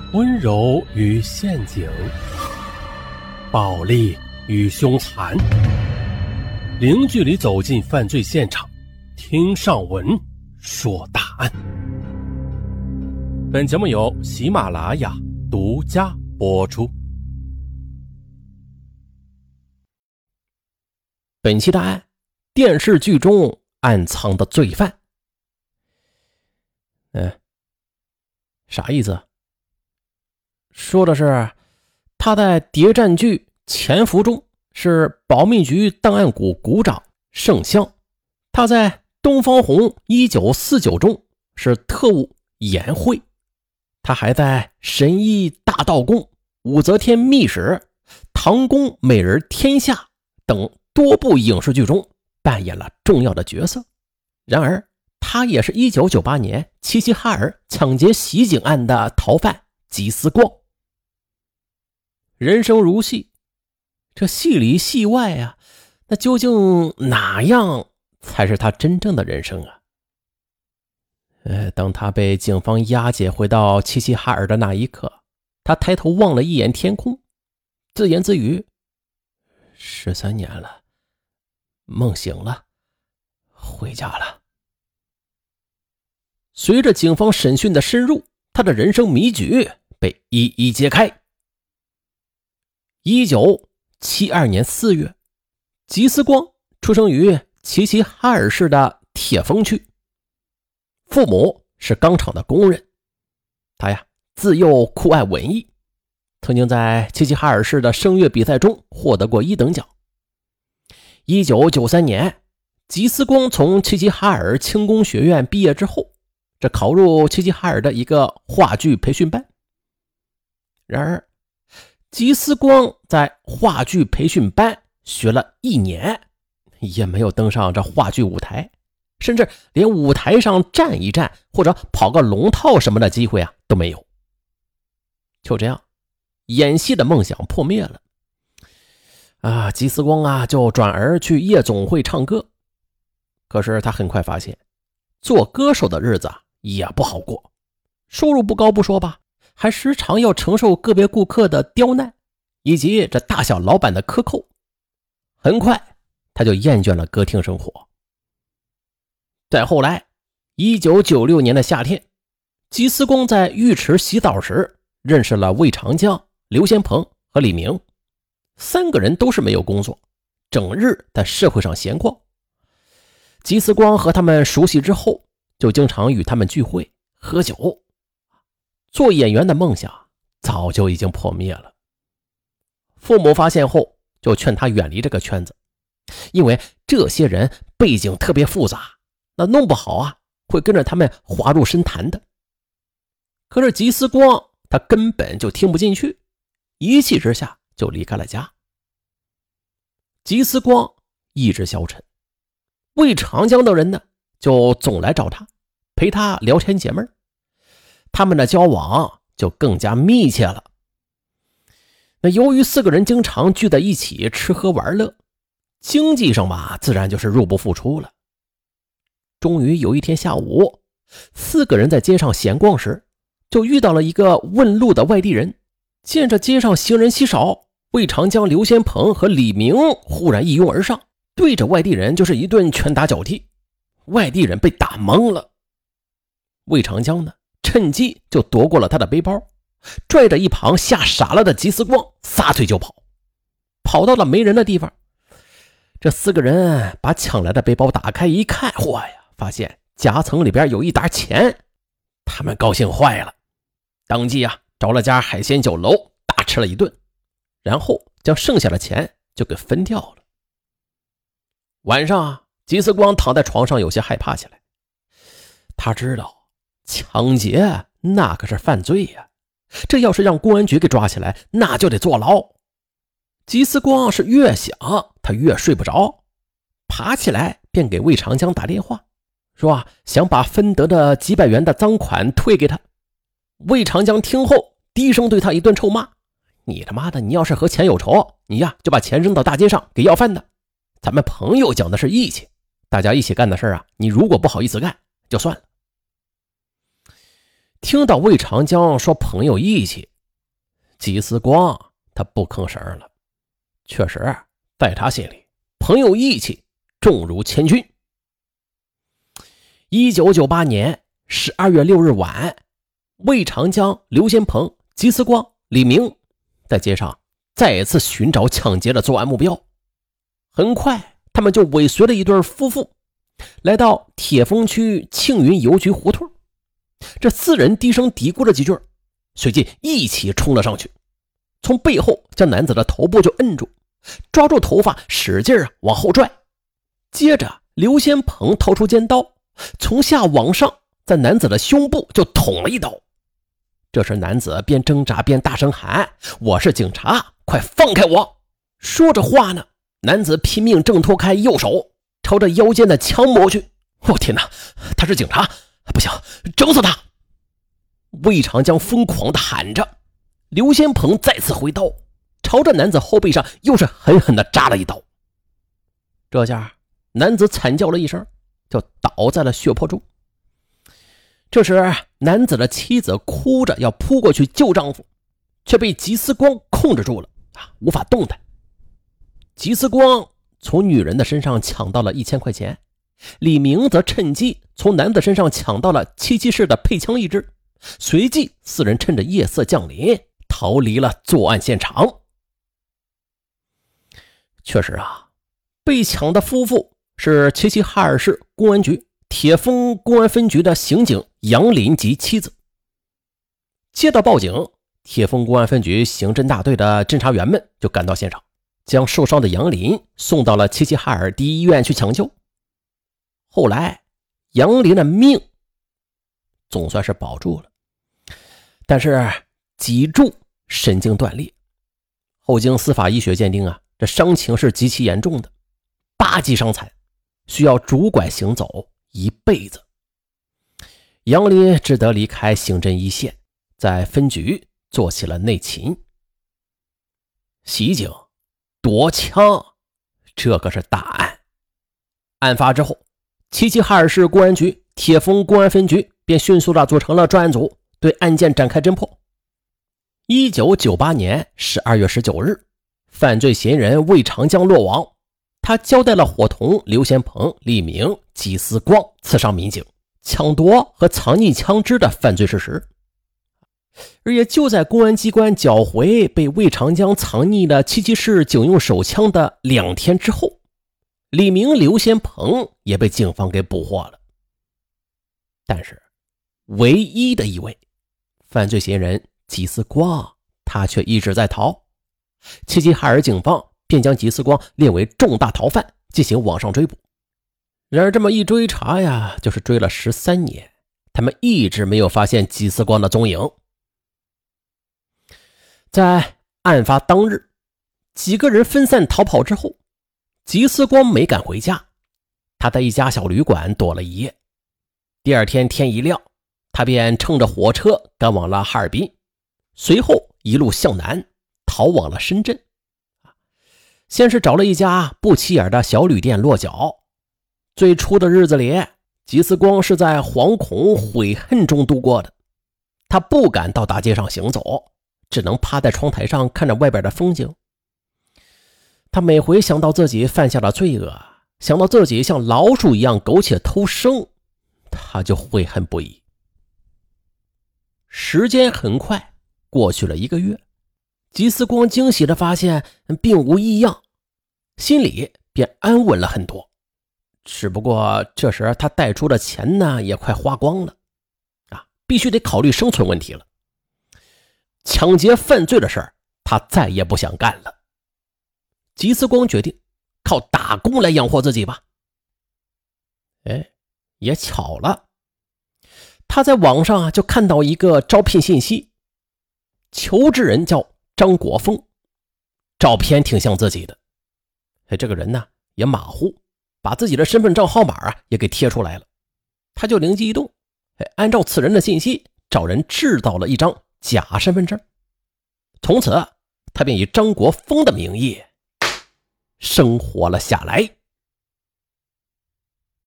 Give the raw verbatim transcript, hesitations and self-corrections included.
温柔与陷阱，暴力与凶残，零距离走进犯罪现场，听上文说大案。本节目由喜马拉雅独家播出。 本期的案，电视剧中暗藏的罪犯。嗯，啥意思？说的是他在谍战剧《潜伏》中是保密局档案股股长盛香，他在东方红一九四九中是特务严慧，他还在神医大道宫、武则天秘史、唐宫美人天下等多部影视剧中扮演了重要的角色。然而他也是一九九八年齐齐哈尔抢劫袭警案的逃犯吉思光。人生如戏，这戏里戏外啊，那究竟哪样才是他真正的人生啊？呃，当他被警方押解回到齐齐哈尔的那一刻，他抬头望了一眼天空，自言自语：十三年了，梦醒了，回家了。随着警方审讯的深入，他的人生迷局被一一揭开。一九七二年四月，吉思光出生于齐齐哈尔市的铁峰区，父母是钢厂的工人。他呀，自幼酷爱文艺，曾经在齐齐哈尔市的声乐比赛中获得过一等奖。一九九三年，吉思光从齐齐哈尔轻工学院毕业之后，这考入齐齐哈尔的一个话剧培训班。然而吉思光在话剧培训班学了一年，也没有登上这话剧舞台，甚至连舞台上站一站或者跑个龙套什么的机会啊都没有。就这样，演戏的梦想破灭了。啊，吉思光啊就转而去夜总会唱歌。可是他很快发现，做歌手的日子啊也不好过，收入不高不说吧，还时常要承受个别顾客的刁难，以及这大小老板的克扣。很快他就厌倦了歌厅生活。再后来一九九六年的夏天，吉思光在浴池洗澡时认识了魏长江、刘先鹏和李明。三个人都是没有工作，整日在社会上闲逛。吉思光和他们熟悉之后，就经常与他们聚会喝酒。做演员的梦想早就已经破灭了。父母发现后就劝他远离这个圈子，因为这些人背景特别复杂，那弄不好啊会跟着他们滑入深潭的。可是吉思光他根本就听不进去，一气之下就离开了家。吉思光意志消沉，魏长江的人呢就总来找他，陪他聊天解闷，他们的交往就更加密切了。那由于四个人经常聚在一起吃喝玩乐，经济上嘛自然就是入不敷出了。终于有一天下午，四个人在街上闲逛时，就遇到了一个问路的外地人。见着街上行人稀少，魏长江、刘先鹏和李明忽然一拥而上，对着外地人就是一顿拳打脚踢。外地人被打懵了。魏长江呢趁机就夺过了他的背包，拽着一旁吓傻了的吉思光撒腿就跑。跑到了没人的地方，这四个人把抢来的背包打开一看，嚯呀，发现夹层里边有一沓钱。他们高兴坏了，当即啊找了家海鲜酒楼大吃了一顿，然后将剩下的钱就给分掉了。晚上啊，吉思光躺在床上有些害怕起来。他知道抢劫那可是犯罪呀，这要是让公安局给抓起来，那就得坐牢。吉思光是越想他越睡不着，爬起来便给魏长江打电话，说啊想把分得的几百元的赃款退给他。魏长江听后低声对他一顿臭骂，你他妈的，你要是和钱有仇，你呀就把钱扔到大街上给要饭的。咱们朋友讲的是义气，大家一起干的事啊，你如果不好意思干就算了。 听到魏长江说朋友义气，吉思光他不吭声了。确实在他心里，朋友义气重如千钧。一九九八年十二月六日晚，魏长江、刘先鹏、吉思光、李明在街上再次寻找抢劫的作案目标。很快他们就尾随了一对夫妇来到铁峰区庆云邮局胡同。这四人低声嘀咕了几句，随即一起冲了上去，从背后将男子的头部就摁住，抓住头发使劲往后拽。接着刘先鹏掏出尖刀，从下往上在男子的胸部就捅了一刀。这时男子边挣扎边大声喊：我是警察，快放开我！说着话呢，男子拼命挣脱开右手，朝着腰间的枪摸去。我、哦、天哪，他是警察，不行，整死他！魏长江疯狂地喊着。刘先鹏再次挥刀，朝着男子后背上又是狠狠地扎了一刀。这下男子惨叫了一声，就倒在了血泊中。这时男子的妻子哭着要扑过去救丈夫，却被吉思光控制住了，啊，无法动弹。吉思光从女人的身上抢到了一千块钱，李明则趁机从男子身上抢到了七七式的配枪一支，随即四人趁着夜色降临逃离了作案现场。确实啊，被抢的夫妇是齐齐哈尔市公安局铁峰公安分局的刑警杨林及妻子。接到报警，铁峰公安分局刑侦大队的侦查员们就赶到现场，将受伤的杨林送到了齐齐哈尔第一医院去抢救。后来杨林的命总算是保住了，但是脊柱神经断裂，后经司法医学鉴定啊，这伤情是极其严重的，八级伤残，需要拄拐行走一辈子。杨林只得离开刑侦一线，在分局做起了内勤。袭警、夺枪，这可是大案。案发之后，齐齐哈尔市公安局铁峰公安分局便迅速地组成了专案组，对案件展开侦破。一九九八年十二月十九日，犯罪嫌疑人魏长江落网，他交代了伙同刘先鹏、李明、吉思光刺伤民警、抢夺和藏匿枪支的犯罪事实。而也就在公安机关缴回被魏长江藏匿的七七式警用手枪的两天之后，李明、刘先鹏也被警方给捕获了。但是唯一的一位犯罪嫌疑人吉思光，他却一直在逃。齐齐哈尔警方便将吉思光列为重大逃犯，进行网上追捕。然而这么一追查呀，就是追了十三年，他们一直没有发现吉思光的踪影。在案发当日，几个人分散逃跑之后，吉思光没敢回家，他在一家小旅馆躲了一夜。第二天天一亮，他便乘着火车赶往了哈尔滨，随后一路向南逃往了深圳。先是找了一家不起眼的小旅店落脚。最初的日子里，吉思光是在惶恐悔恨中度过的。他不敢到大街上行走，只能趴在窗台上看着外边的风景。他每回想到自己犯下了罪恶，想到自己像老鼠一样苟且偷生，他就悔恨不已。时间很快过去了一个月，吉思光惊喜地发现并无异样，心里便安稳了很多。只不过这时他带出的钱呢也快花光了啊，必须得考虑生存问题了。抢劫犯罪的事儿他再也不想干了。吉思光决定靠打工来养活自己吧。哎，也巧了，他在网上就看到一个招聘信息，求职人叫张国峰，照片挺像自己的。哎，这个人呢也马虎，把自己的身份证号码啊也给贴出来了。他就灵机一动，哎，按照此人的信息找人制造了一张假身份证。从此他便以张国峰的名义生活了下来。